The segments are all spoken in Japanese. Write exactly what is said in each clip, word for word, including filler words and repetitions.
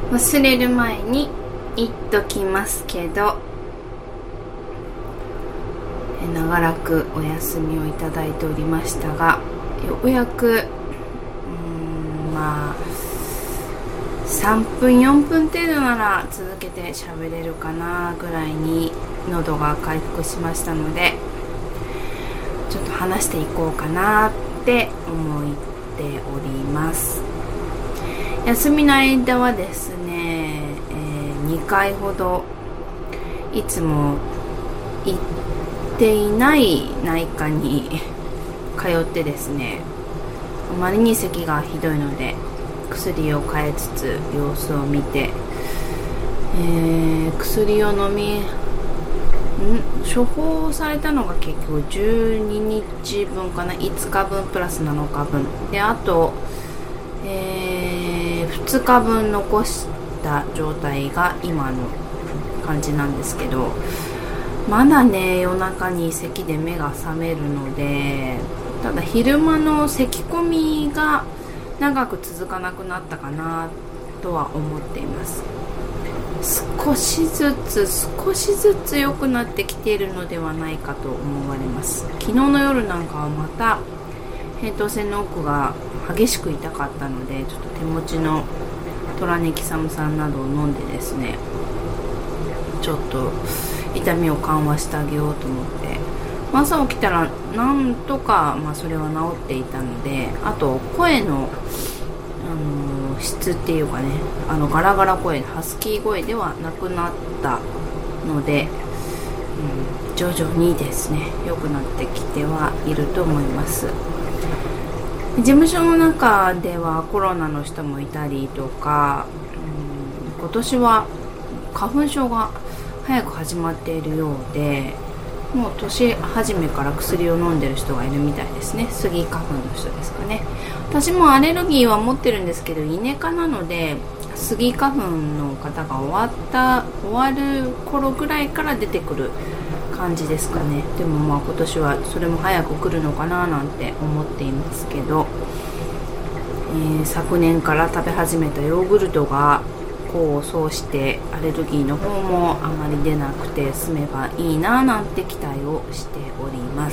忘れる前に言っときますけど、長らくお休みをいただいておりましたが、ようやくうーんまあさんぷんよんぷん程度なら続けて喋れるかなぐらいに喉が回復しましたので、ちょっと話していこうかなって思っております。休みの間はですね、えー、にかいほどいつも行っていない内科に通ってですね、あまりに咳がひどいので薬を変えつつ様子を見て、えー、薬を飲みん処方されたのが結局じゅうににちぶんかな、いつかぶんプラスなのかぶんで、あと、えー、ふつかぶん残した状態が今の感じなんですけど、まだね夜中に咳で目が覚めるので、ただ昼間の咳込みが長く続かなくなったかなとは思っています。少しずつ少しずつ良くなってきているのではないかと思われます。昨日の夜なんかはまた扁桃腺の奥が激しく痛かったので、ちょっと手持ちのトラネキサム酸などを飲んでですね、ちょっと痛みを緩和してあげようと思って、朝起きたらなんとか、まあ、それは治っていたので、あと声の、あのー、質っていうかね、あのガラガラ声、ハスキー声ではなくなったので、うん、徐々にですね良くなってきてはいると思います。事務所の中ではコロナの人もいたりとか、うん、今年は花粉症が早く始まっているようで、もう年始めから薬を飲んでる人がいるみたいですね。スギ花粉の人ですかね。私もアレルギーは持ってるんですけど、イネ科なのでスギ花粉の方が終わった終わる頃ぐらいから出てくる感じですかね。でもまあ今年はそれも早く来るのかななんて思っていますけど、えー、昨年から食べ始めたヨーグルトが功を奏してアレルギーの方もあまり出なくて済めばいいななんて期待をしております。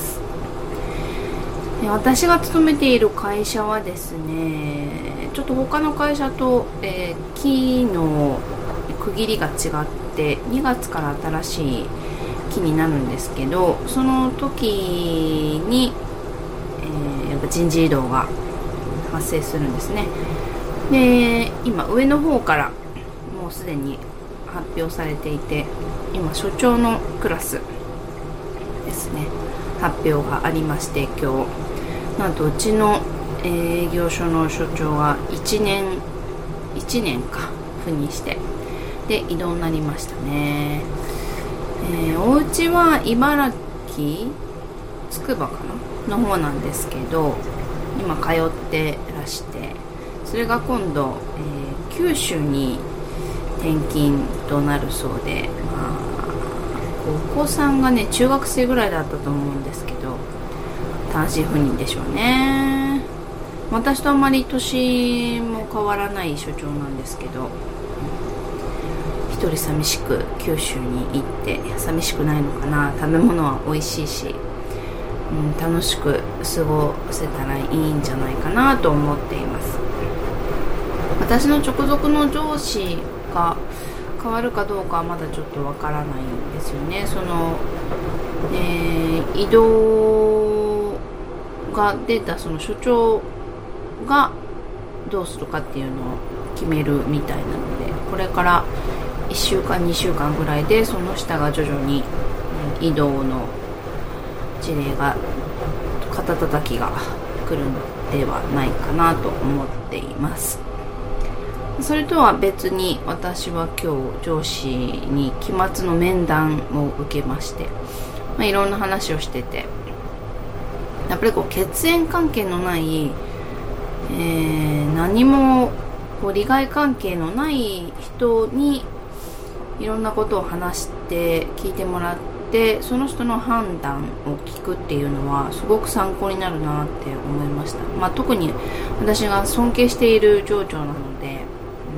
私が勤めている会社はですね、ちょっと他の会社と、えー、期の区切りが違ってにがつから新しい期になるんですけど、その時に、えー、やっぱ人事異動が発生するんですね。で、今上の方からもうすでに発表されていて、今所長のクラスですね、発表がありまして、今日なんとうちの営業所の所長がいちねんいちねんか赴任してで異動になりましたね。えー、お家は茨城つくばかなの方なんですけど、今通ってらして、それが今度、えー、九州に転勤となるそうで、まあ、お子さんがね中学生ぐらいだったと思うんですけど、単身赴任でしょうね。私とあまり年も変わらない所長なんですけど、一人寂しく九州に行って、寂しくないのかな、食べ物は美味しいし、うん、楽しく過ごせたらいいんじゃないかなと思っています。私の直属の上司が変わるかどうかはまだちょっとわからないんですよね。その、えー、異動が出たその所長がどうするかっていうのを決めるみたいなので、これからいっしゅうかんにしゅうかんぐらいでその下が徐々に移動の事例が肩たたきが来るのではないかなと思っています。それとは別に私は今日上司に期末の面談を受けまして、まあ、いろんな話をしてて、やっぱりこう血縁関係のない、えー、何もこう利害関係のない人にいろんなことを話して聞いてもらって、その人の判断を聞くっていうのはすごく参考になるなって思いました。まあ、特に私が尊敬している上長なので、うん、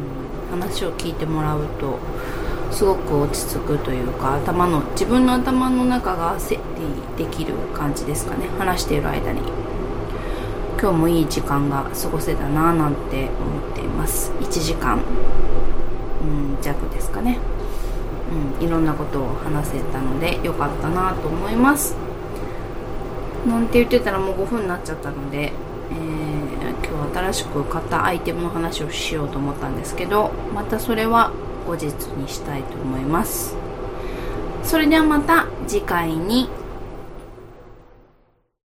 話を聞いてもらうとすごく落ち着くというか、頭の自分の頭の中が整理できる感じですかね。話している間に今日もいい時間が過ごせたななんて思っています。いちじかん、うん、弱ですかね、うん、いろんなことを話せたので良かったなと思います。なんて言ってたらもうごふんになっちゃったので、えー、今日新しく買ったアイテムの話をしようと思ったんですけど、またそれは後日にしたいと思います。それではまた次回に